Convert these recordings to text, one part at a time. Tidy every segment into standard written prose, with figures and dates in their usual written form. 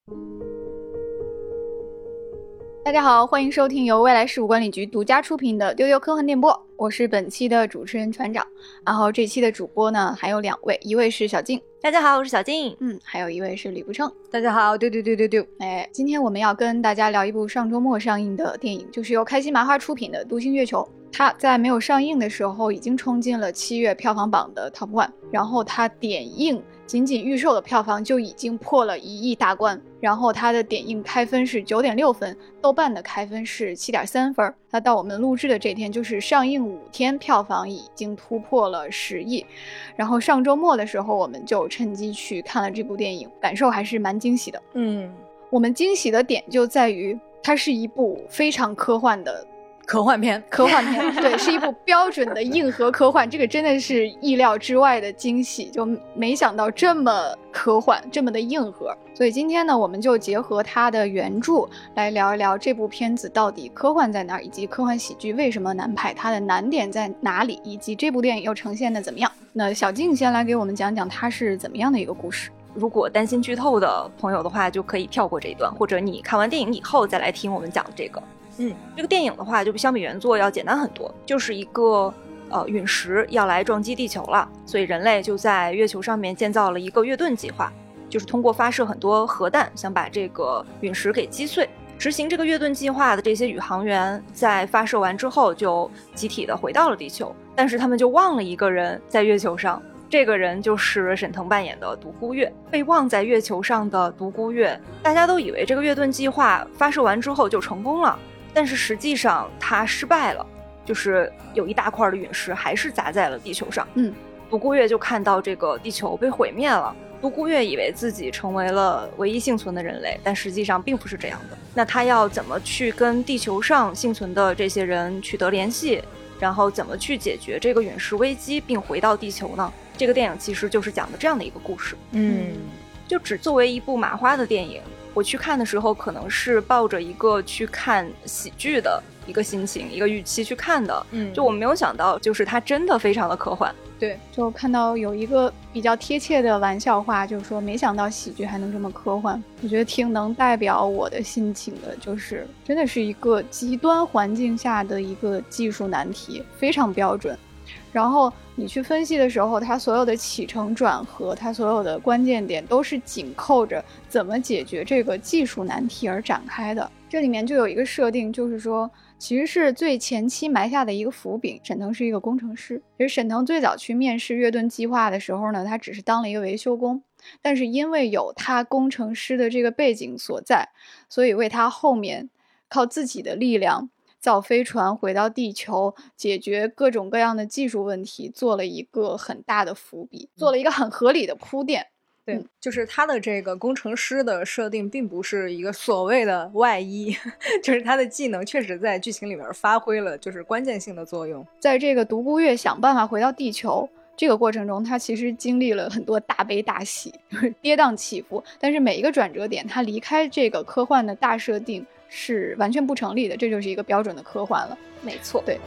大家好，欢迎收听由未来事务管理局独家出品的丢丢科幻电波，我是本期的主持人船长。然后这期的主播呢还有2位，一位是小静， 大家好，我是小静。 还有一位是李不称， 大家好，丢。 今天我们要跟大家聊一部上周末上映的电影，就是由开心麻花出品的《独行月球》。它在没有上映的时候已经冲进了7月票房榜的 Top 1，然后它点映仅预售的票房就已经破了1亿大关，然后它的点映开分是 9.6 分，豆瓣的开分是 7.3 分。它到我们录制的这天，就是上映5天，票房已经突破了10亿。然后上周末的时候，我们就趁机去看了这部电影，感受还是蛮惊喜的。我们惊喜的点就在于它是一部非常科幻的科幻片， 对，是一部标准的硬核科幻，这个真的是意料之外的惊喜，就没想到这么科幻，这么的硬核。所以今天呢，我们就结合它的原著来聊一聊这部片子到底科幻在哪儿，以及科幻喜剧为什么难拍，它的难点在哪里，以及这部电影又呈现的怎么样。那小静先来给我们讲讲它是怎么样的一个故事。 如果担心剧透的朋友的话，就可以跳过这一段，或者你看完电影以后再来听我们讲这个。这个电影的话就相比原作要简单很多，就是一个陨石要来撞击地球了，所以人类就在月球上面建造了一个月盾计划，就是通过发射很多核弹想把这个陨石给击碎。执行这个月盾计划的这些宇航员在发射完之后就集体的回到了地球，但是他们就忘了一个人在月球上，这个人就是沈腾扮演的独孤月。被忘在月球上的独孤月，大家都以为这个月盾计划发射完之后就成功了，但是实际上它失败了，就是有一大块的陨石还是砸在了地球上。独孤月就看到这个地球被毁灭了，独孤月以为自己成为了唯一幸存的人类，但实际上并不是这样的。那他要怎么去跟地球上幸存的这些人取得联系，然后怎么去解决这个陨石危机并回到地球呢？这个电影其实就是讲的这样的一个故事。就只作为一部麻花的电影，我去看的时候可能是抱着一个去看喜剧的一个心情一个预期去看的。就我没有想到就是它真的非常的科幻。 对，就看到有一个比较贴切的玩笑话，就是说没想到喜剧还能这么科幻。我觉得挺能代表我的心情的，就是真的是一个极端环境下的一个技术难题，非常标准。然后你去分析的时候，它所有的起承转合，它所有的关键点都是紧扣着怎么解决这个技术难题而展开的。这里面就有一个设定，就是说其实是最前期埋下的一个伏笔，沈腾是一个工程师。其实沈腾最早去面试月盾计划的时候呢，他只是当了一个维修工，但是因为有他工程师的这个背景所在，所以为他后面靠自己的力量造飞船回到地球，解决各种各样的技术问题，做了一个很大的伏笔，做了一个很合理的铺垫。 对，就是他的这个工程师的设定并不是一个所谓的外衣，就是他的技能确实在剧情里面发挥了就是关键性的作用。 在这个独孤月想办法回到地球这个过程中，他其实经历了很多大悲大喜，跌宕起伏，但是每一个转折点他离开这个科幻的大设定是完全不成立的，这就是一个标准的科幻了。 没错， 对。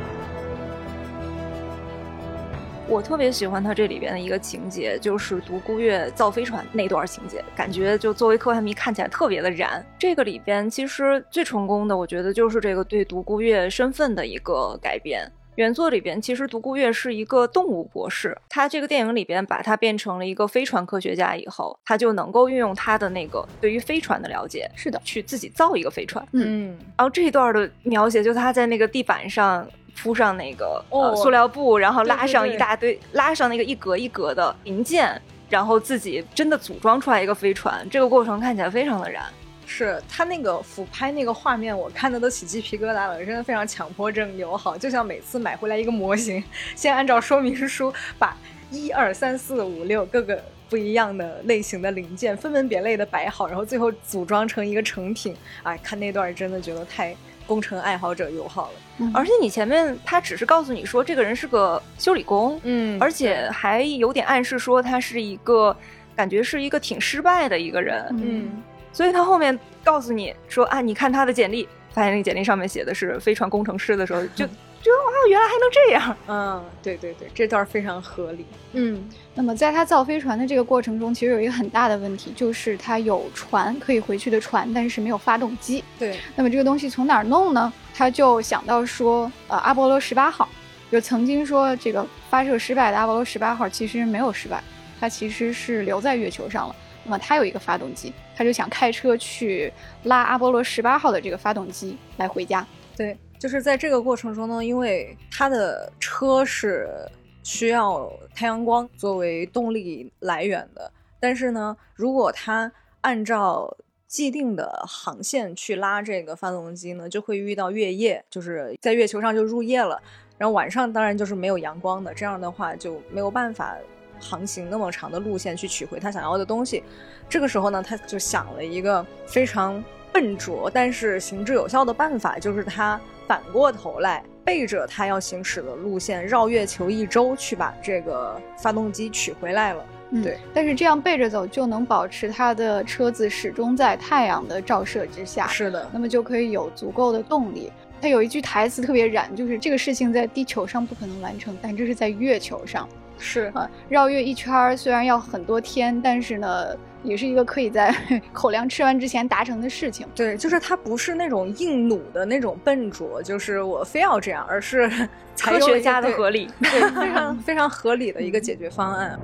我特别喜欢它这里边的一个情节，就是独孤月造飞船那段情节，感觉就作为科幻迷看起来特别的燃。这个里边其实最成功的，我觉得就是这个对独孤月身份的一个改编。原作里边其实独孤月是一个动物博士，他这个电影里边把他变成了一个飞船科学家以后，他就能够运用他的那个对于飞船的了解， 是的， 去自己造一个飞船。然后这一段的描写就是他在那个地板上铺上那个塑料布，然后拉上一大堆，拉上那个一格一格的零件，然后自己真的组装出来一个飞船，这个过程看起来非常的燃。 是他那个俯拍那个画面，我看的都起鸡皮疙瘩了，真的非常强迫症友好。就像每次买回来一个模型，先按照说明书把1、2、3、4、5、6各个不一样的类型的零件分门别类的摆好，然后最后组装成一个成品。哎，看那段真的觉得太工程爱好者友好了。 而且你前面他只是告诉你说这个人是个修理工，而且还有点暗示说他是一个感觉是一个挺失败的一个人，所以他后面告诉你说啊，你看他的简历，发现那个简历上面写的是飞船工程师的时候，就觉得原来还能这样。对对对，这段非常合理。 那么在他造飞船的这个过程中，其实有一个很大的问题，就是他有船可以回去的船，但是没有发动机。 对， 那么这个东西从哪儿弄呢？他就想到说，阿波罗18号就曾经说这个发射失败的阿波罗18号其实没有失败，它其实是留在月球上了。那么他有一个发动机，他就想开车去拉阿波罗18号的这个发动机来回家。 对，就是在这个过程中呢，因为他的车是需要太阳光作为动力来源的，但是呢，如果他按照既定的航线去拉这个发动机呢，就会遇到月夜，就是在月球上就入夜了，然后晚上当然就是没有阳光的，这样的话就没有办法航行那么长的路线去取回他想要的东西。这个时候呢，他就想了一个非常笨拙但是行之有效的办法，就是他反过头来背着他要行驶的路线绕月球1周去把这个发动机取回来了。对， 但是这样背着走就能保持他的车子始终在太阳的照射之下。 是的， 那么就可以有足够的动力。他有一句台词特别燃，就是这个事情在地球上不可能完成，但这是在月球上。 是绕月一圈虽然要很多天，但是呢也是一个可以在口粮吃完之前达成的事情。 对，就是它不是那种硬弩的那种笨拙，就是我非要这样，而是科学家的合理， 对，非常非常合理的一个解决方案。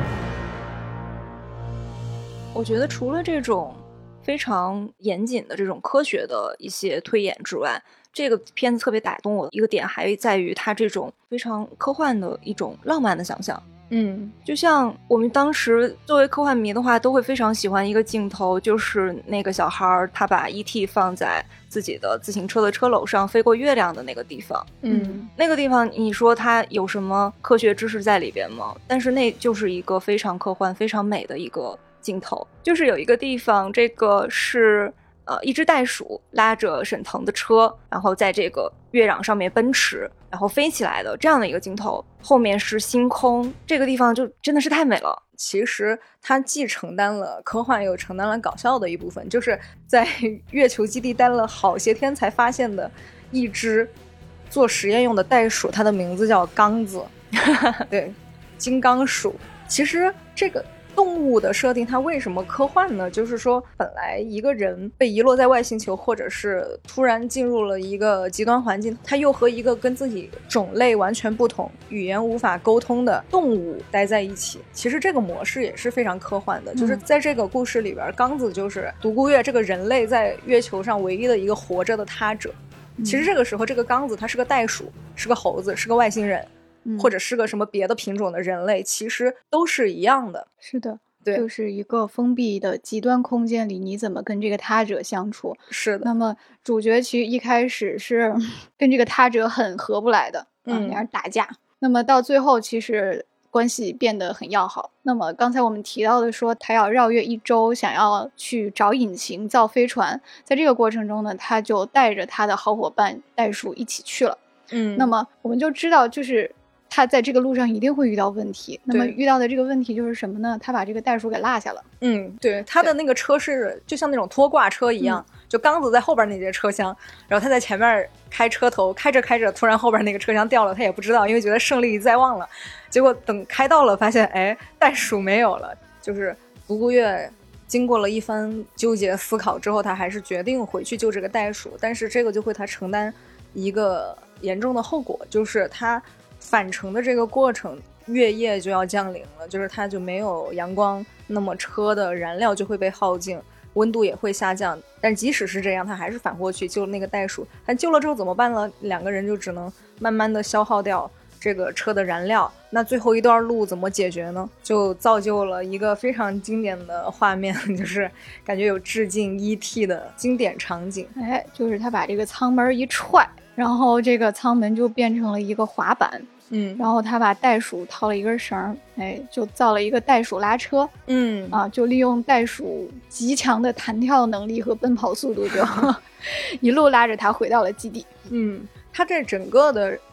我觉得除了这种非常严谨的这种科学的一些推演之外，这个片子特别打动我的一个点还在于它这种非常科幻的一种浪漫的想象。就像我们当时作为科幻迷的话，都会非常喜欢一个镜头，就是那个小孩他把 E.T. 放在自己的自行车的车篓上飞过月亮的那个地方。那个地方你说它有什么科学知识在里边吗？但是那就是一个非常科幻非常美的一个镜头。就是有一个地方，这个是一只袋鼠拉着沈腾的车，然后在这个月壤上面奔驰，然后飞起来的这样的一个镜头，后面是星空，这个地方就真的是太美了。 其实它既承担了科幻又承担了搞笑的一部分，就是在月球基地待了好些天才发现的一只做实验用的袋鼠，它的名字叫刚子对，金刚鼠。其实这个动物的设定它为什么科幻呢？就是说本来一个人被遗落在外星球，或者是突然进入了一个极端环境，他又和一个跟自己种类完全不同、语言无法沟通的动物待在一起，其实这个模式也是非常科幻的。就是在这个故事里边，刚子就是独孤月这个人类在月球上唯一的一个活着的他者。其实这个时候这个刚子他是个袋鼠，是个猴子，是个外星人，或者是个什么别的品种的人类，其实都是一样的。 是的， 对， 就是一个封闭的极端空间里，你怎么跟这个他者相处？ 是的。 那么主角其实一开始是跟这个他者很合不来的，两人打架。那么到最后其实关系变得很要好。那么刚才我们提到的说他要绕月1周，想要去找引擎造飞船，在这个过程中呢，他就带着他的好伙伴袋鼠一起去了。那么我们就知道就是他在这个路上一定会遇到问题，那么遇到的这个问题就是什么呢？他把这个袋鼠给落下了。 对，他的那个车是就像那种拖挂车一样，就刚子在后边那节车厢，然后他在前面开车头，开着开着突然后边那个车厢掉了，他也不知道，因为觉得胜利在望了，结果等开到了发现袋鼠没有了。就是独孤月经过了一番纠结思考之后，他还是决定回去救这个袋鼠，但是这个就会他承担一个严重的后果，就是他返程的这个过程月夜就要降临了，就是它就没有阳光，那么车的燃料就会被耗尽，温度也会下降。但即使是这样，他还是返过去救那个袋鼠。他救了之后怎么办呢？两个人就只能慢慢的消耗掉这个车的燃料。那最后一段路怎么解决呢？就造就了一个非常经典的画面，就是感觉有致敬 E.T. 的经典场景。 就是他把这个舱门一踹，然后这个舱门就变成了一个滑板。然后他把袋鼠套了一根绳，就造了一个袋鼠拉车。就利用袋鼠极强的弹跳能力和奔跑速度，就一路拉着他回到了基地。 他这整个的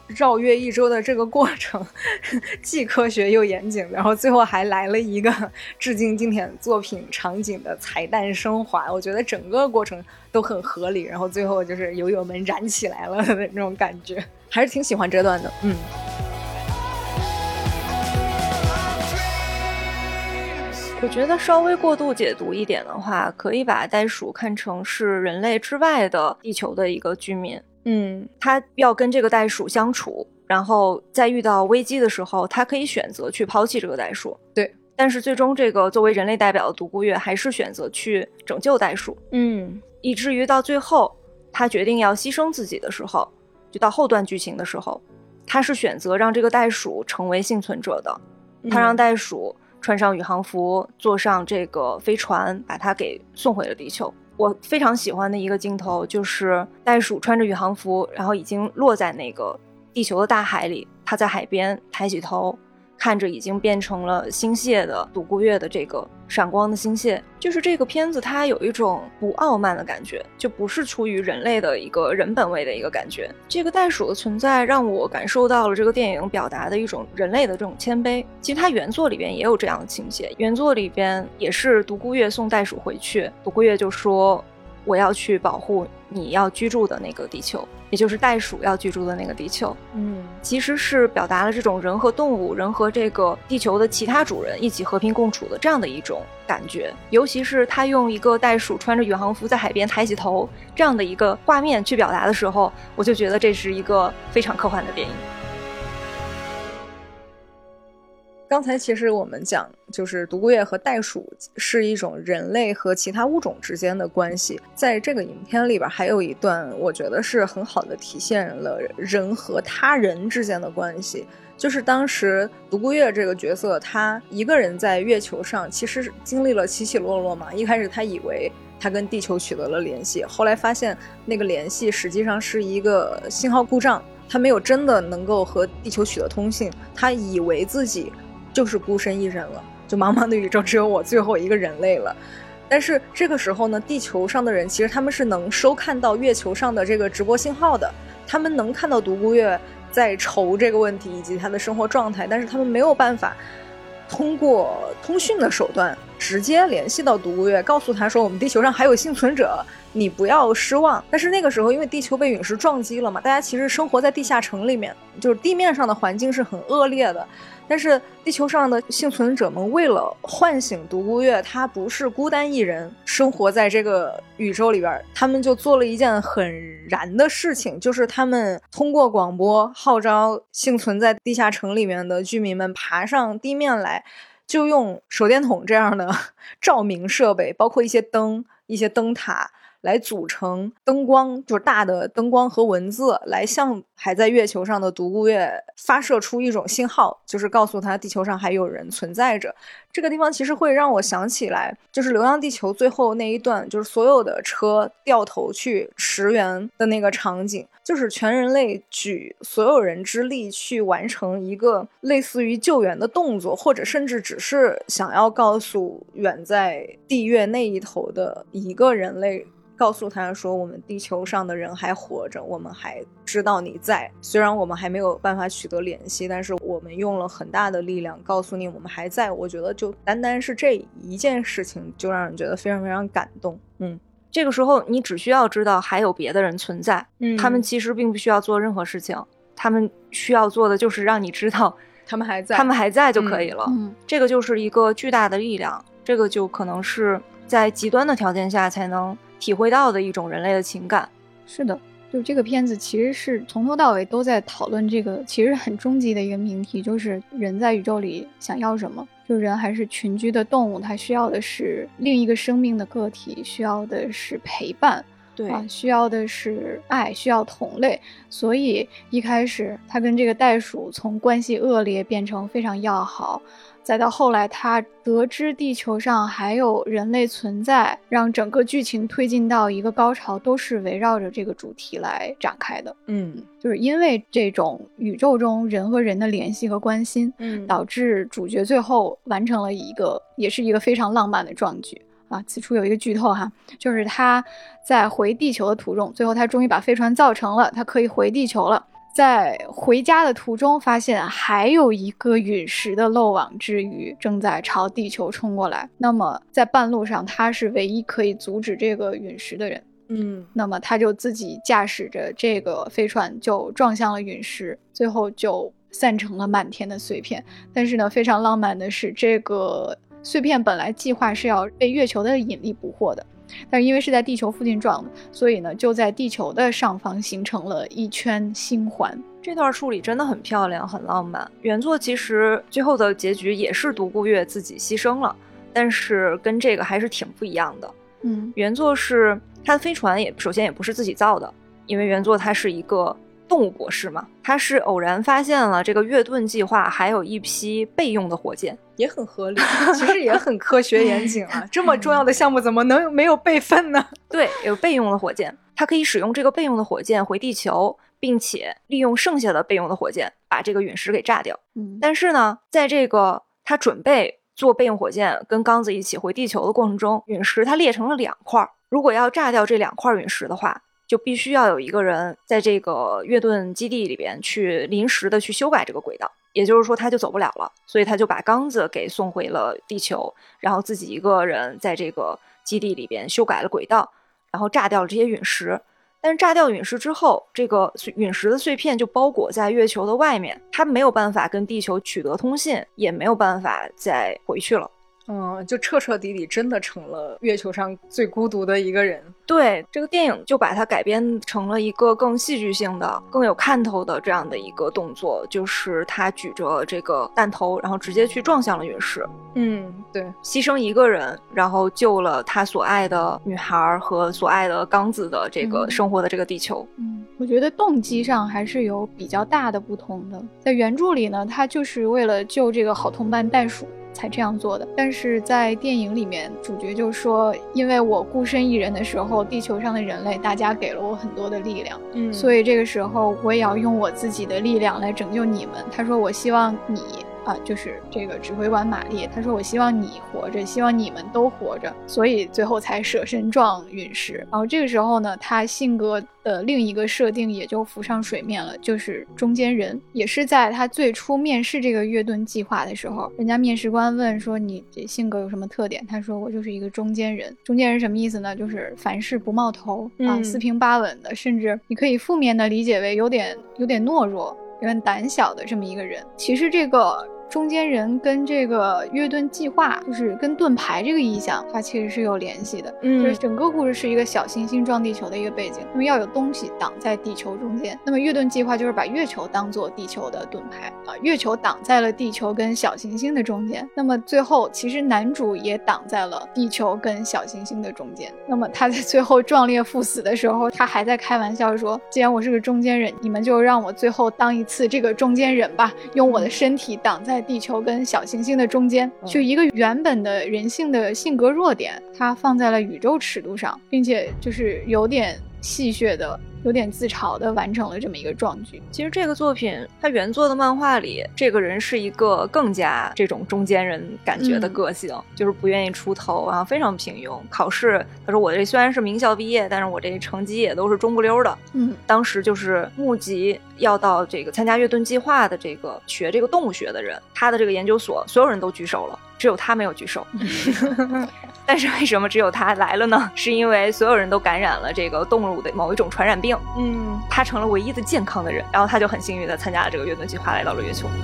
绕月一周的这个过程既科学又严谨，然后最后还来了一个致敬经典作品场景的彩蛋升华，我觉得整个过程都很合理，然后最后就是友友们燃起来了的那种感觉，还是挺喜欢这段的。 我觉得稍微过度解读一点的话，可以把袋鼠看成是人类之外的地球的一个居民。他要跟这个袋鼠相处，然后在遇到危机的时候，他可以选择去抛弃这个袋鼠。 对， 但是最终这个作为人类代表的独孤月还是选择去拯救袋鼠。以至于到最后他决定要牺牲自己的时候，就到后段剧情的时候，他是选择让这个袋鼠成为幸存者的。他让袋鼠穿上宇航服，坐上这个飞船，把它给送回了地球。我非常喜欢的一个镜头就是袋鼠穿着宇航服，然后已经落在那个地球的大海里，他在海边抬起头，看着已经变成了星屑的独孤月的这个闪光的星屑。就是这个片子它有一种不傲慢的感觉，就不是出于人类的一个人本位的一个感觉。这个袋鼠的存在让我感受到了这个电影表达的一种人类的这种谦卑。其实它原作里边也有这样的情节，原作里边也是独孤月送袋鼠回去，独孤月就说我要去保护你要居住的那个地球，也就是袋鼠要居住的那个地球。其实是表达了这种人和动物，人和这个地球的其他主人一起和平共处的这样的一种感觉。尤其是他用一个袋鼠穿着宇航服在海边抬起头这样的一个画面去表达的时候，我就觉得这是一个非常科幻的电影。 刚才其实我们讲就是独孤月和袋鼠是一种人类和其他物种之间的关系，在这个影片里边还有一段我觉得是很好的体现了人和他人之间的关系。就是当时独孤月这个角色他一个人在月球上，其实经历了起起落落嘛。一开始他以为他跟地球取得了联系，后来发现那个联系实际上是一个信号故障，他没有真的能够和地球取得通信，他以为自己就是孤身一人了，就茫茫的宇宙只有我最后一个人类了。但是这个时候呢，地球上的人其实他们是能收看到月球上的这个直播信号的，他们能看到独孤月在愁这个问题以及他的生活状态，但是他们没有办法通过通讯的手段直接联系到独孤月，告诉他说我们地球上还有幸存者，你不要失望。但是那个时候因为地球被陨石撞击了嘛，大家其实生活在地下城里面，就是地面上的环境是很恶劣的，但是地球上的幸存者们为了唤醒独孤月他不是孤单一人生活在这个宇宙里边，他们就做了一件很燃的事情，就是他们通过广播号召幸存在地下城里面的居民们爬上地面来，就用手电筒这样的照明设备，包括一些灯、一些灯塔来组成灯光，就是大的灯光和文字，来向还在月球上的独孤月发射出一种信号，就是告诉他地球上还有人存在着。这个地方其实会让我想起来，就是《流浪地球》最后那一段，就是所有的车掉头去驰援的那个场景，就是全人类举所有人之力去完成一个类似于救援的动作，或者甚至只是想要告诉远在地月那一头的一个人类，告诉他说我们地球上的人还活着，我们还知道你在，虽然我们还没有办法取得联系，但是我们用了很大的力量告诉你我们还在。我觉得就单单是这一件事情就让人觉得非常非常感动。 这个时候你只需要知道还有别的人存在，他们其实并不需要做任何事情，他们需要做的就是让你知道他们还在就可以了。这个就是一个巨大的力量，这个就可能是在极端的条件下才能体会到的一种人类的情感。 是的，就这个片子其实是从头到尾都在讨论这个其实很终极的一个命题，就是人在宇宙里想要什么。就人还是群居的动物，它需要的是另一个生命的个体，需要的是陪伴， 对需要的是爱，需要同类。所以一开始他跟这个袋鼠从关系恶劣变成非常要好，再到后来他得知地球上还有人类存在，让整个剧情推进到一个高潮，都是围绕着这个主题来展开的。就是因为这种宇宙中人和人的联系和关心，导致主角最后完成了也是一个非常浪漫的壮举啊！此处有一个剧透哈，就是他在回地球的途中，最后他终于把飞船造成了，他可以回地球了。 在回家的途中发现还有一个陨石的漏网之鱼正在朝地球冲过来，那么在半路上他是唯一可以阻止这个陨石的人。那么他就自己驾驶着这个飞船就撞向了陨石，最后就散成了满天的碎片。但是呢，非常浪漫的是，这个碎片本来计划是要被月球的引力捕获的，但是因为是在地球附近撞的，所以呢就在地球的上方形成了一圈星环。 这段处理真的很漂亮，很浪漫。原作其实最后的结局也是独孤月自己牺牲了，但是跟这个还是挺不一样的。原作是他的飞船首先也不是自己造的，因为原作他是一个动物博士嘛，他是偶然发现了这个月盾计划还有一批备用的火箭， 也很合理，其实也很科学严谨啊。这么重要的项目怎么能没有备份呢？ 对，有备用的火箭，他可以使用这个备用的火箭回地球，并且利用剩下的备用的火箭把这个陨石给炸掉。但是呢，在这个他准备做备用火箭跟刚子一起回地球的过程中，陨石它裂成了2块，如果要炸掉这2块陨石的话，就必须要有一个人在这个月盾基地里边去临时的去修改这个轨道，也就是说他就走不了了，所以他就把刚子给送回了地球，然后自己一个人在这个基地里边修改了轨道，然后炸掉了这些陨石。但是炸掉陨石之后，这个陨石的碎片就包裹在月球的外面，它没有办法跟地球取得通信，也没有办法再回去了。 就彻彻底底真的成了月球上最孤独的一个人。 对，这个电影就把它改编成了一个更戏剧性的、更有看头的这样的一个动作，就是他举着这个弹头，然后直接去撞向了陨石。 对， 牺牲一个人，然后救了他所爱的女孩和所爱的刚子的这个生活的这个地球。 我觉得动机上还是有比较大的不同的。在原著里呢，他就是为了救这个好同伴袋鼠才这样做的，但是在电影里面主角就说，因为我孤身一人的时候，地球上的人类大家给了我很多的力量，所以这个时候我也要用我自己的力量来拯救你们。他说我希望你就是这个指挥官玛丽，他说我希望你活着，希望你们都活着，所以最后才舍身撞陨石。然后这个时候呢，他性格的另一个设定也就浮上水面了，就是中间人。也是在他最初面试这个月盾计划的时候，人家面试官问说你这性格有什么特点，他说我就是一个中间人。中间人什么意思呢？就是凡事不冒头四平八稳的，甚至你可以负面的理解为有点懦弱，有点胆小的这么一个人。其实这个中间人跟这个月盾计划，就是跟盾牌这个意象，它其实是有联系的。就是整个故事是一个小行星撞地球的一个背景，那么要有东西挡在地球中间。那么月盾计划就是把月球当做地球的盾牌月球挡在了地球跟小行星的中间。那么最后其实男主也挡在了地球跟小行星的中间。那么他在最后壮烈赴死的时候，他还在开玩笑说，既然我是个中间人，你们就让我最后当一次这个中间人吧，用我的身体挡在地球跟小行星的中间，就一个原本的人性的性格弱点，它放在了宇宙尺度上，并且就是有点戏谑的，有点自嘲的完成了这么一个壮举。 其实这个作品它原作的漫画里，这个人是一个更加这种中间人感觉的个性，就是不愿意出头，然后非常平庸。考试他说我这虽然是名校毕业，但是我这成绩也都是中不溜的。当时就是募集要到这个参加月盾计划的这个学这个动物学的人，他的这个研究所所有人都举手了，只有他没有举手。但是为什么只有他来了呢？是因为所有人都感染了这个动物的某一种传染病，他成了唯一的健康的人，然后他就很幸运的参加了这个月盾计划，来到了月球。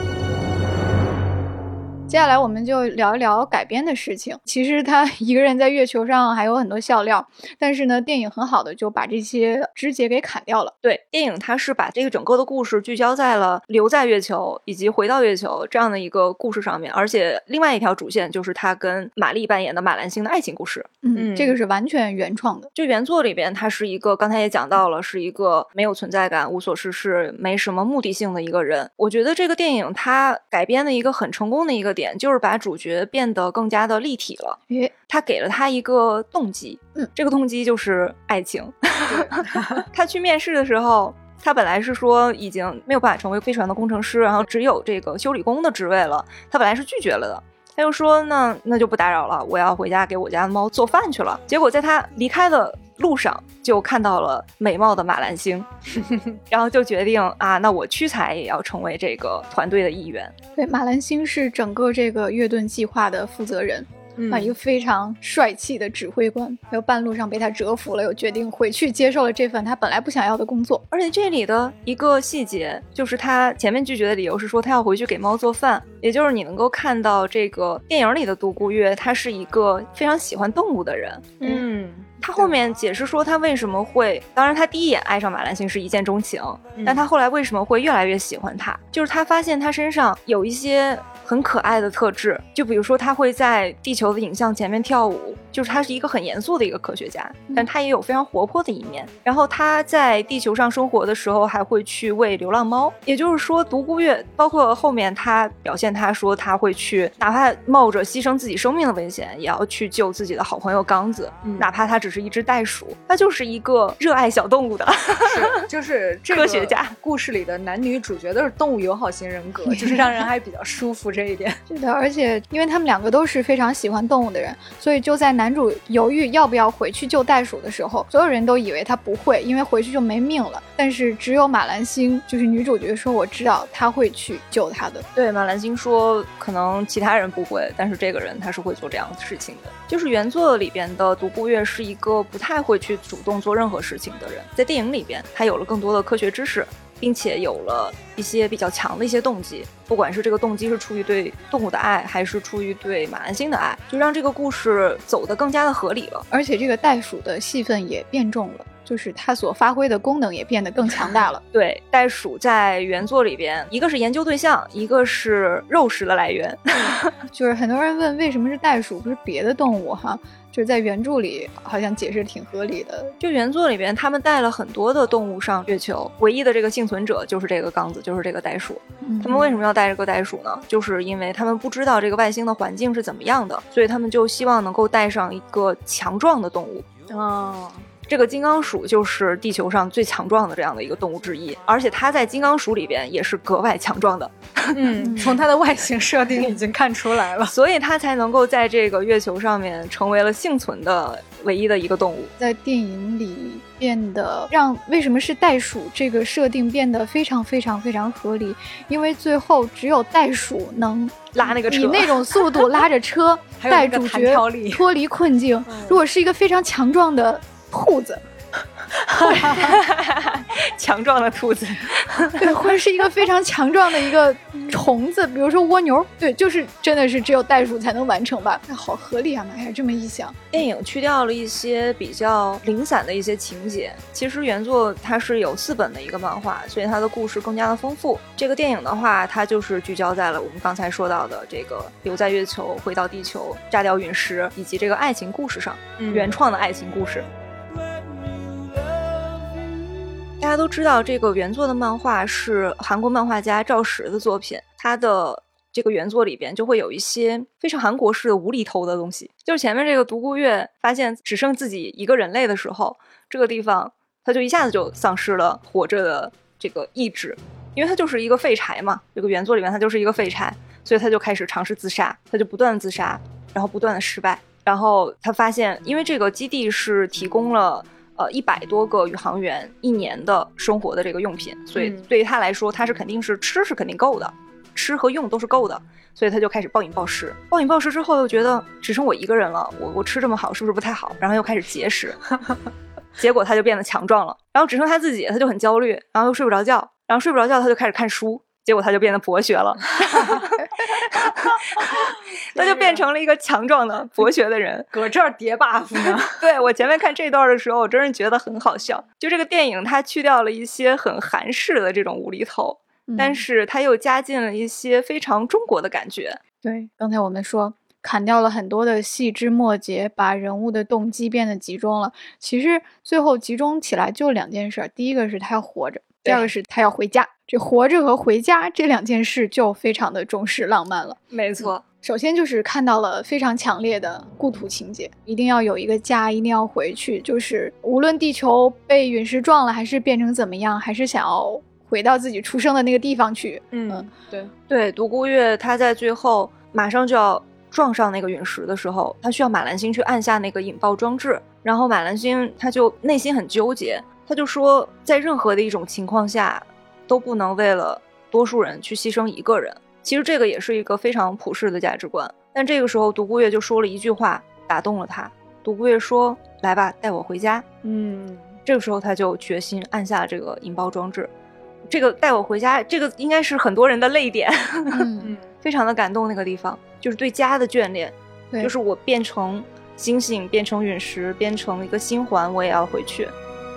接下来我们就聊一聊改编的事情。其实他一个人在月球上还有很多笑料，但是呢，电影很好的就把这些枝节给砍掉了。 对，电影它是把这个整个的故事聚焦在了留在月球以及回到月球这样的一个故事上面，而且另外一条主线就是他跟玛丽扮演的马兰星的爱情故事。 这个是完全原创的。 就原作里边，他是一个刚才也讲到了，是一个没有存在感、无所事事、没什么目的性的一个人。我觉得这个电影它改编的一个很成功的一个点，就是把主角变得更加的立体了。他给了他一个动机，这个动机就是爱情。他去面试的时候，他本来是说已经没有办法成为飞船的工程师，然后只有这个修理工的职位了，他本来是拒绝了的。他就说那就不打扰了，我要回家给我家的猫做饭去了。结果在他离开的路上就看到了美貌的马兰星然后就决定啊，那我屈才也要成为这个团队的一员。 对，马兰星是整个这个月盾计划的负责人，一个非常帅气的指挥官，还有半路上被他折服了，又决定回去接受了这份他本来不想要的工作。 而且这里的一个细节就是他前面拒绝的理由是说他要回去给猫做饭，也就是你能够看到这个电影里的独孤月他是一个非常喜欢动物的人。他后面解释说他为什么会，当然他第一眼爱上马兰星是一见钟情，但他后来为什么会越来越喜欢他，就是他发现他身上有一些很可爱的特质，就比如说他会在地球的影像前面跳舞，就是他是一个很严肃的一个科学家，但他也有非常活泼的一面。然后他在地球上生活的时候还会去喂流浪猫，也就是说独孤月包括后面他表现他说他会去哪怕冒着牺牲自己生命的危险也要去救自己的好朋友刚子，哪怕他只是一只袋鼠，他就是一个热爱小动物的就是这个科学家。故事里的男女主角都是动物友好型人格就是让人还比较舒服这一点是的，而且因为他们两个都是非常喜欢动物的人，所以就在男主犹豫要不要回去救袋鼠的时候，所有人都以为他不会，因为回去就没命了，但是只有马兰星就是女主角说我知道他会去救他的。 对，马兰星说可能其他人不会，但是这个人他是会做这样的事情的。就是原作里边的独孤月是一个不太会去主动做任何事情的人，在电影里边他有了更多的科学知识，并且有了一些比较强的一些动机，不管是这个动机是出于对动物的爱还是出于对马兰星的爱，就让这个故事走得更加的合理了。 而且这个袋鼠的戏份也变重了，就是它所发挥的功能也变得更强大了对，袋鼠在原作里边一个是研究对象，一个是肉食的来源就是很多人问为什么是袋鼠不是别的动物哈，就是在原著里好像解释挺合理的。 就原作里边他们带了很多的动物上月球，唯一的这个幸存者就是这个刚子，就是这个袋鼠。他们为什么要带这个袋鼠呢？就是因为他们不知道这个外星的环境是怎么样的，所以他们就希望能够带上一个强壮的动物。这个金刚鼠就是地球上最强壮的这样的一个动物之一，而且它在金刚鼠里边也是格外强壮的从它的外形设定已经看出来了所以它才能够在这个月球上面成为了幸存的唯一的一个动物。 在电影里变得让为什么是袋鼠这个设定变得非常非常非常合理，因为最后只有袋鼠能拉那个车， 以那种速度拉着车带主角脱离困境如果是一个非常强壮的兔子强壮的兔子对，或者是一个非常强壮的一个虫子，比如说蜗牛，对，就是真的是只有袋鼠才能完成吧。好合理啊，妈呀，这么一想。 电影去掉了一些比较零散的一些情节，其实原作它是有4本的一个漫画，所以它的故事更加的丰富。这个电影的话，它就是聚焦在了我们刚才说到的这个留在月球、回到地球、炸掉陨石以及这个爱情故事上，原创的爱情故事。大家都知道这个原作的漫画是韩国漫画家赵石的作品，他的这个原作里边就会有一些非常韩国式的无厘头的东西。就是前面这个独孤月发现只剩自己一个人类的时候，这个地方他就一下子就丧失了活着的这个意志，因为他就是一个废柴嘛，这个原作里面他就是一个废柴，所以他就开始尝试自杀，他就不断的自杀，然后不断的失败。然后他发现因为这个基地是提供了100多个宇航员1年的生活的这个用品，所以对于他来说他是肯定是吃是肯定够的，吃和用都是够的，所以他就开始暴饮暴食。暴饮暴食之后又觉得只剩我一个人了，我吃这么好是不是不太好，然后又开始节食结果他就变得强壮了，然后只剩他自己，他就很焦虑，然后又睡不着觉，然后睡不着觉他就开始看书，结果他就变得博学了他就变成了一个强壮的博学的人搁这儿叠 buff 呢对，我前面看这段的时候我真是觉得很好笑，就这个电影它去掉了一些很韩式的这种无厘头，但是它又加进了一些非常中国的感觉。 对，刚才我们说砍掉了很多的细枝末节，把人物的动机变得集中了，其实最后集中起来就2件事，第一个是他要活着，第二个是他要回家。这活着和回家这2件事就非常的中式浪漫了。 没错， 首先就是看到了非常强烈的故土情节，一定要有一个家，一定要回去，就是无论地球被陨石撞了还是变成怎么样，还是想要回到自己出生的那个地方去。 对对，独孤月他在最后马上就要撞上那个陨石的时候，他需要马兰星去按下那个引爆装置，然后马兰星他就内心很纠结，他就说在任何的一种情况下都不能为了多数人去牺牲一个人。其实这个也是一个非常普世的价值观，但这个时候独孤月就说了一句话打动了他。独孤月说，来吧，带我回家。这个时候他就决心按下了这个引爆装置。这个带我回家，这个应该是很多人的泪点。非常的感动。那个地方就是对家的眷恋，就是我变成星星，变成陨石，变成一个星环，我也要回去。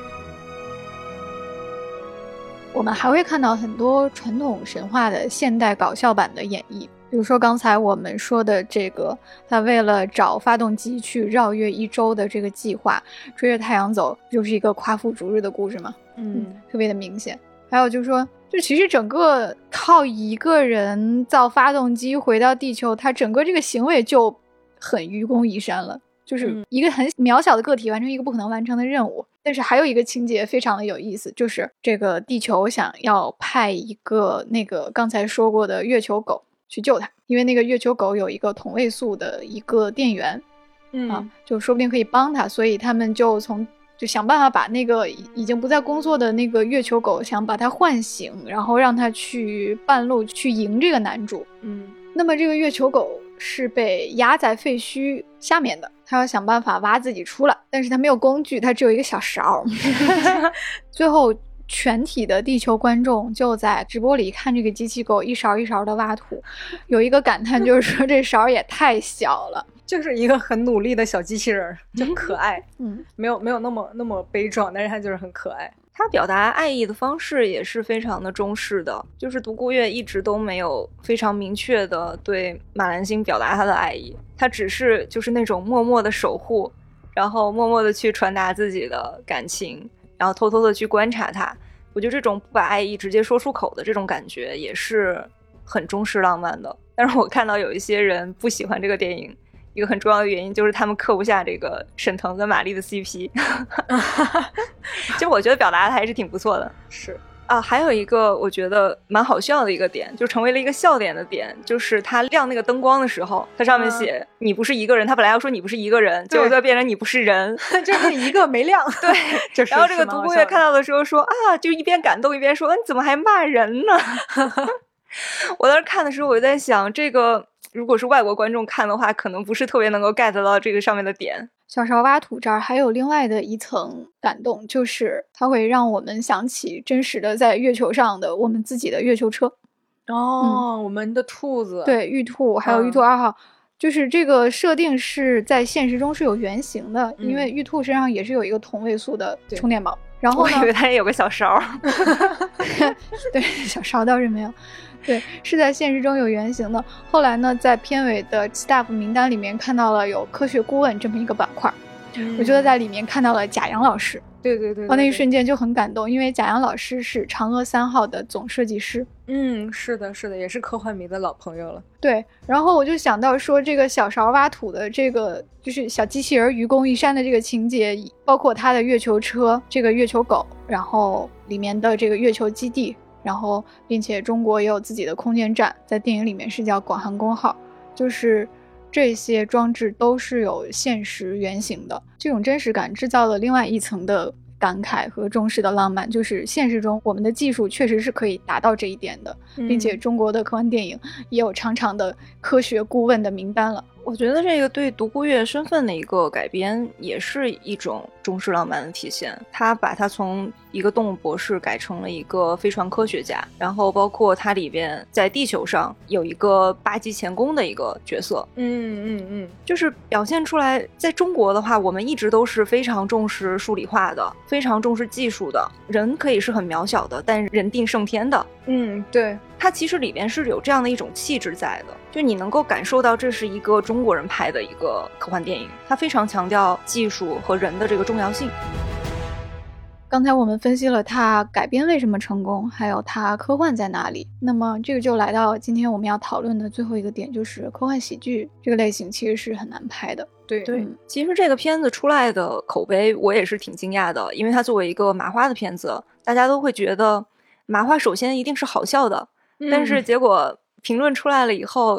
我们还会看到很多传统神话的现代搞笑版的演绎，比如说刚才我们说的这个，他为了找发动机去绕月1周的这个计划，追着太阳走，就是一个夸父逐日的故事嘛。特别的明显。还有就是说，就其实整个靠一个人造发动机回到地球，他整个这个行为就很愚公移山了，就是一个很渺小的个体完成一个不可能完成的任务。但是还有一个情节非常的有意思，就是这个地球想要派一个那个刚才说过的月球狗去救他，因为那个月球狗有一个同位素的一个电源，就说不定可以帮他，所以他们就想办法把那个已经不再工作的那个月球狗想把它唤醒，然后让它去半路去迎这个男主。那么这个月球狗是被压在废墟下面的，他要想办法挖自己出来，但是他没有工具，他只有一个小勺。最后全体的地球观众就在直播里看这个机器狗一勺一勺的挖土，有一个感叹就是说这勺也太小了， 就是一个很努力的小机器人，就可爱。没有那么悲壮，但是他就是很可爱。 他表达爱意的方式也是非常的中式的，就是独孤月一直都没有非常明确的对马兰星表达他的爱意，他只是就是那种默默的守护，然后默默的去传达自己的感情，然后偷偷的去观察他。我觉得这种不把爱意直接说出口的这种感觉也是很中式浪漫的。但是我看到有一些人不喜欢这个电影，一个很重要的原因就是他们刻不下这个沈腾跟马丽的 CP。 其实我觉得表达的还是挺不错的。 是啊，还有一个我觉得蛮好笑的一个点，就成为了一个笑点的点，就是他亮那个灯光的时候，它上面写你不是一个人，他本来要说你不是一个人，结果就变成你不是人。 就是一个没亮。 对，就是然后这个独孤月看到的时候说啊，就一边感动一边说你怎么还骂人呢？我当时看的时候我就在想，这个如果是外国观众看的话，可能不是特别能够 get 到这个上面的点。 小勺挖土这儿还有另外的一层感动，就是它会让我们想起真实的在月球上的我们自己的月球车。 我们的兔子， 对，玉兔还有玉兔2号，就是这个设定是在现实中是有原型的，因为玉兔身上也是有一个同位素的充电宝。然后我以为它也有个小勺。 对，小勺倒是没有。对，是在现实中有原型的。后来呢，在片尾的 staff 名单里面看到了有科学顾问这么一个板块，我觉得在里面看到了贾洋老师。 对， 那一瞬间就很感动，因为贾洋老师是嫦娥3号的总设计师。 是的，也是科幻迷的老朋友了。 对，然后我就想到说，这个小勺挖土的这个就是小机器人愚公移山的这个情节，包括他的月球车，这个月球狗，然后里面的这个月球基地，然后并且中国也有自己的空间站，在电影里面是叫广寒宫号，就是这些装置都是有现实原型的。这种真实感制造了另外一层的感慨和中式的浪漫，就是现实中我们的技术确实是可以达到这一点的，并且中国的科幻电影也有长长的科学顾问的名单了。 我觉得这个对独孤月身份的一个改编也是一种中式浪漫的体现，他把他从一个动物博士改成了一个飞船科学家，然后包括他里边在地球上有一个八级钳工的一个角色。就是表现出来在中国的话，我们一直都是非常重视数理化的，非常重视技术的，人可以是很渺小的，但人定胜天的。 对， 它其实里边是有这样的一种气质在的，就你能够感受到这是一个中国人拍的一个科幻电影，它非常强调技术和人的这个重要性。 刚才我们分析了它改编为什么成功，还有它科幻在哪里，那么这个就来到今天我们要讨论的最后一个点，就是科幻喜剧这个类型其实是很难拍的。 对， 其实这个片子出来的口碑我也是挺惊讶的，因为它作为一个麻花的片子，大家都会觉得麻花首先一定是好笑的，但是结果评论出来了以后，大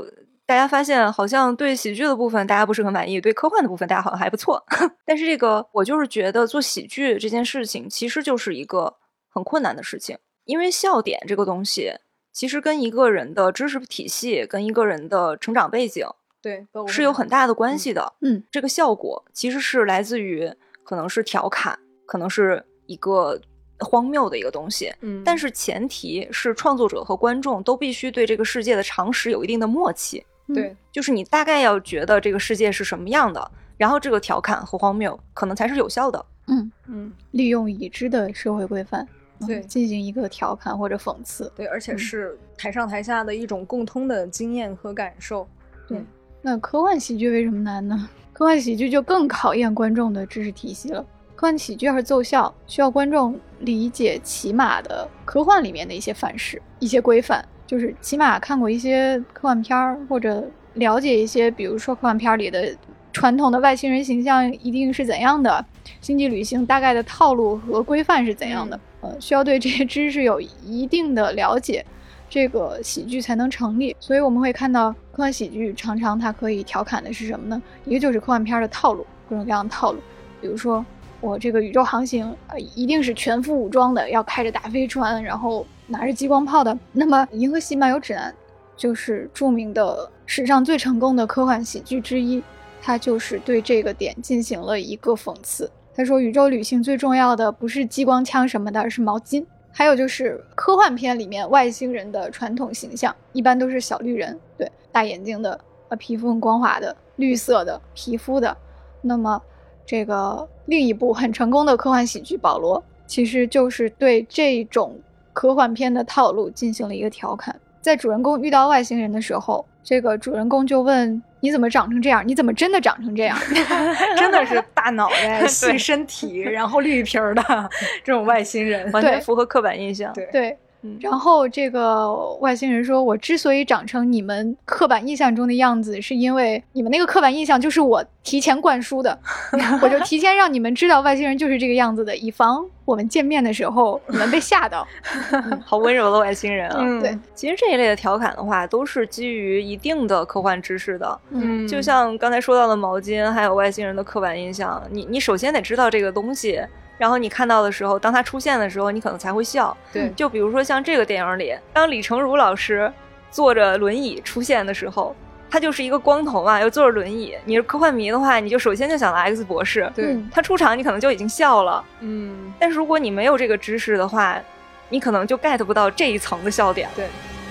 大家发现好像对喜剧的部分大家不是很满意，对科幻的部分大家好像还不错。但是这个我就是觉得做喜剧这件事情其实就是一个很困难的事情，因为笑点这个东西其实跟一个人的知识体系跟一个人的成长背景对是有很大的关系的。 这个效果其实是来自于可能是调侃，可能是一个荒谬的一个东西，但是前提是创作者和观众都必须对这个世界的常识有一定的默契。 对， 就是你大概要觉得这个世界是什么样的，然后这个调侃和荒谬可能才是有效的。 利用已知的社会规范， 对， 进行一个调侃或者讽刺。 对，而且是台上台下的一种共通的经验和感受。 对，那科幻喜剧为什么难呢？科幻喜剧就更考验观众的知识体系了。科幻喜剧要是奏效，需要观众理解起码的科幻里面的一些范式、一些规范，就是起码看过一些科幻片儿，或者了解一些，比如说科幻片里的传统的外星人形象一定是怎样的，星际旅行大概的套路和规范是怎样的。需要对这些知识有一定的了解，这个喜剧才能成立。所以我们会看到科幻喜剧常常它可以调侃的是什么呢？一个就是科幻片的套路，各种各样的套路，比如说我这个宇宙航行一定是全副武装的，要开着大飞船，然后拿着激光炮的。那么《银河系漫游指南》就是著名的史上最成功的科幻喜剧之一，它就是对这个点进行了一个讽刺。他说宇宙旅行最重要的不是激光枪什么的，而是毛巾。还有就是科幻片里面外星人的传统形象一般都是小绿人，对，大眼睛的，皮肤很光滑的，绿色的皮肤的。那么这个另一部很成功的科幻喜剧《保罗》其实就是对这种科幻片的套路进行了一个调侃。在主人公遇到外星人的时候，这个主人公就问，你怎么长成这样？你怎么真的长成这样？ 真的是大脑袋细身体然后绿皮儿的这种外星人， 完全符合刻板印象。 对，然后这个外星人说，我之所以长成你们刻板印象中的样子，是因为你们那个刻板印象就是我提前灌输的我就提前让你们知道外星人就是这个样子的，以防我们见面的时候你们被吓到好温柔的外星人啊。 对， 其实这一类的调侃的话都是基于一定的科幻知识的。就像刚才说到的毛巾还有外星人的刻板印象，你首先得知道这个东西，然后你看到的时候，当它出现的时候，你可能才会笑。 对， 就比如说像这个电影里，当李成儒老师坐着轮椅出现的时候，他就是一个光头嘛，又坐着轮椅。你是科幻迷的话，你就首先就想到 X 博士。 对， 他出场你可能就已经笑了。但是如果你没有这个知识的话，你可能就 get 不到这一层的笑点。 对，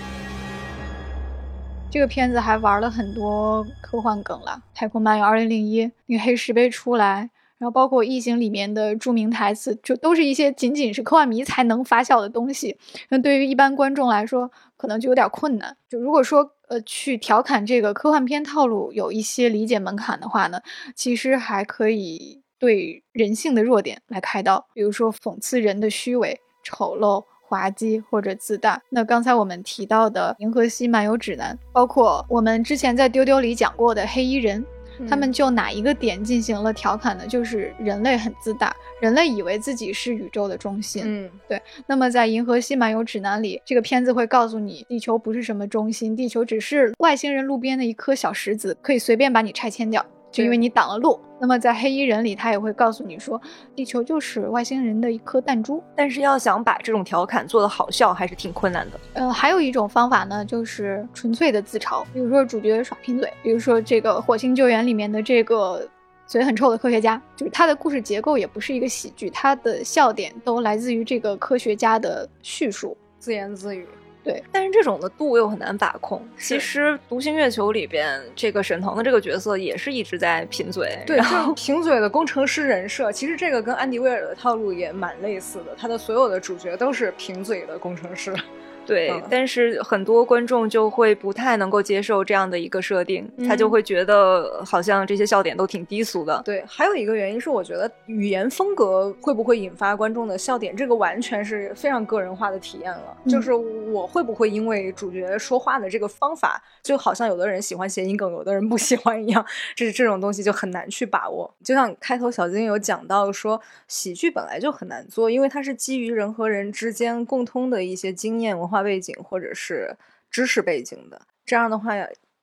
这个片子还玩了很多科幻梗了，太空漫游2001那个黑石碑出来，然后包括异形里面的著名台词，就都是一些仅仅是科幻迷才能发笑的东西。那对于一般观众来说可能就有点困难。就如果说去调侃这个科幻片套路有一些理解门槛的话呢，其实还可以对人性的弱点来开刀，比如说讽刺人的虚伪、丑陋、滑稽或者自大。那刚才我们提到的《银河系漫游指南》，包括我们之前在丢丢里讲过的黑衣人，他们就哪一个点进行了调侃呢？就是人类很自大，人类以为自己是宇宙的中心。对。那么在《银河系漫游指南》里，这个片子会告诉你，地球不是什么中心，地球只是外星人路边的一颗小石子，可以随便把你拆迁掉，就因为你挡了路。那么在黑衣人里，他也会告诉你说，地球就是外星人的一颗弹珠。 但是要想把这种调侃做得好笑还是挺困难的。 还有一种方法呢，就是纯粹的自嘲，比如说主角耍贫嘴，比如说这个火星救援里面的这个嘴很臭的科学家，就是他的故事结构也不是一个喜剧，他的笑点都来自于这个科学家的叙述， 自言自语。 对，但是这种的度又很难把控。其实《独行月球》里边这个沈腾的这个角色也是一直在贫嘴， 对，就是贫嘴的工程师人设。其实这个跟安迪威尔的套路也蛮类似的，他的所有的主角都是贫嘴的工程师。 对，但是很多观众就会不太能够接受这样的一个设定，他就会觉得好像这些笑点都挺低俗的。 对，还有一个原因是我觉得语言风格会不会引发观众的笑点，这个完全是非常个人化的体验了。就是我会不会因为主角说话的这个方法，就好像有的人喜欢谐音梗，有的人不喜欢一样，这种东西就很难去把握。就像开头小金有讲到说，喜剧本来就很难做，因为它是基于人和人之间共通的一些经验、文化背景或者是知识背景的。这样的话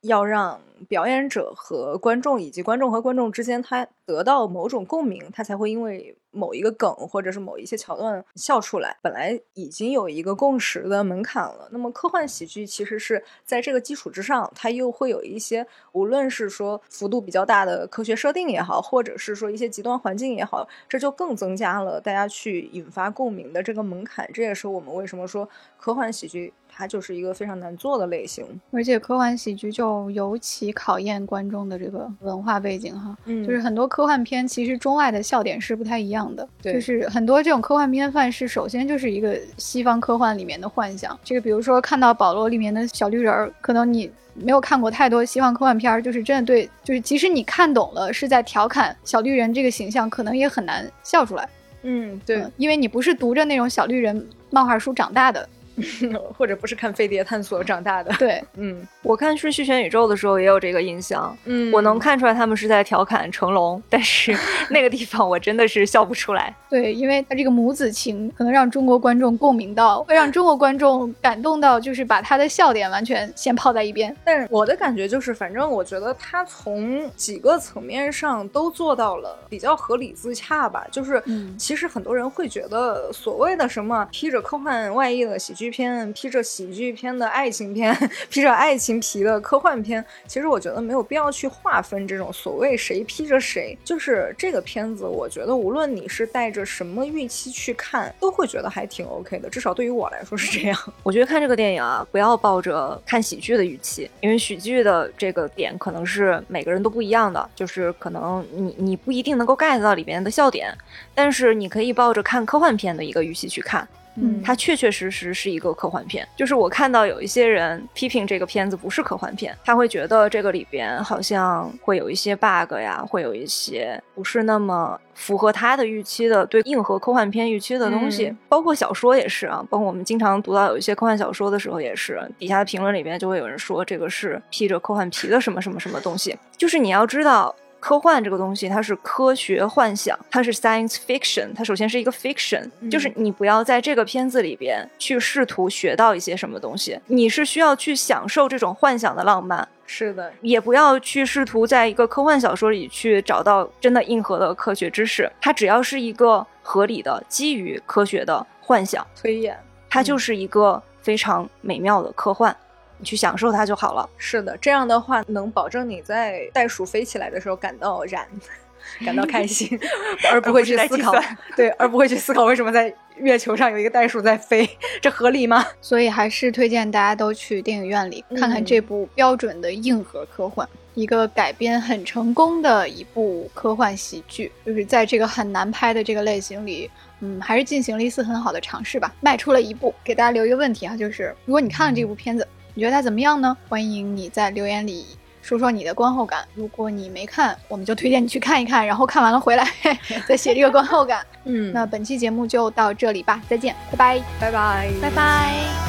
要让表演者和观众以及观众和观众之间他得到某种共鸣，他才会因为某一个梗或者是某一些桥段笑出来，本来已经有一个共识的门槛了。那么科幻喜剧其实是在这个基础之上，它又会有一些无论是说幅度比较大的科学设定也好，或者是说一些极端环境也好，这就更增加了大家去引发共鸣的这个门槛。这也是我们为什么说科幻喜剧它就是一个非常难做的类型， 而且科幻喜剧就尤其考验观众的这个文化背景哈。就是很多科幻片其实中外的笑点是不太一样的，就是很多这种科幻片范式首先就是一个西方科幻里面的幻想。这个比如说看到保罗里面的小绿人，可能你没有看过太多西方科幻片，就是真的对，就是即使你看懂了是在调侃小绿人这个形象，可能也很难笑出来。 对， 因为你不是读着那种小绿人漫画书长大的或者不是看飞碟探索长大的。 对， 我看《瞬息全宇宙》的时候也有这个印象。我能看出来他们是在调侃成龙，但是那个地方我真的是笑不出来。 对，因为他这个母子情可能让中国观众共鸣到，会让中国观众感动到，就是把他的笑点完全先抛在一边。 但是我的感觉就是，反正我觉得他从几个层面上都做到了比较合理自洽吧。就是其实很多人会觉得所谓的什么披着科幻外衣的喜剧片，披着喜剧片的爱情片，披着爱情皮的科幻片，其实我觉得没有必要去划分这种所谓谁披着谁。就是这个片子我觉得无论你是带着什么预期去看，都会觉得还挺 OK 的，至少对于我来说是这样。 我觉得看这个电影啊，不要抱着看喜剧的预期，因为喜剧的这个点可能是每个人都不一样的，就是可能你不一定能够 get 到里面的笑点，但是你可以抱着看科幻片的一个预期去看。它确确实实是一个科幻片。就是我看到有一些人批评这个片子不是科幻片，他会觉得这个里边好像会有一些 bug 呀，会有一些不是那么符合他的预期的，对硬核科幻片预期的东西。包括小说也是啊，包括我们经常读到有一些科幻小说的时候也是，底下的评论里边就会有人说这个是披着科幻皮的什么什么什么东西。就是你要知道科幻这个东西它是科学幻想，它是 science fiction， 它首先是一个 fiction，就是你不要在这个片子里边去试图学到一些什么东西，你是需要去享受这种幻想的浪漫。 是的， 也不要去试图在一个科幻小说里去找到真的硬核的科学知识，它只要是一个合理的基于科学的幻想推演， 它就是一个非常美妙的科幻，你去享受它就好了。 是的，这样的话能保证你在袋鼠飞起来的时候感到感到开心，而不会去思考，对，而不会去思考为什么在月球上有一个袋鼠在飞，这合理吗？ 所以还是推荐大家都去电影院里看看这部标准的硬核科幻，一个改编很成功的一部科幻喜剧，就是在这个很难拍的这个类型里，还是进行了一次很好的尝试吧，迈出了一步。给大家留一个问题啊，就是如果你看了这部片子，你觉得它怎么样呢？欢迎你在留言里说说你的观后感。如果你没看，我们就推荐你去看一看，然后看完了回来再写这个观后感。那本期节目就到这里吧，再见，拜拜， 拜拜， 拜拜。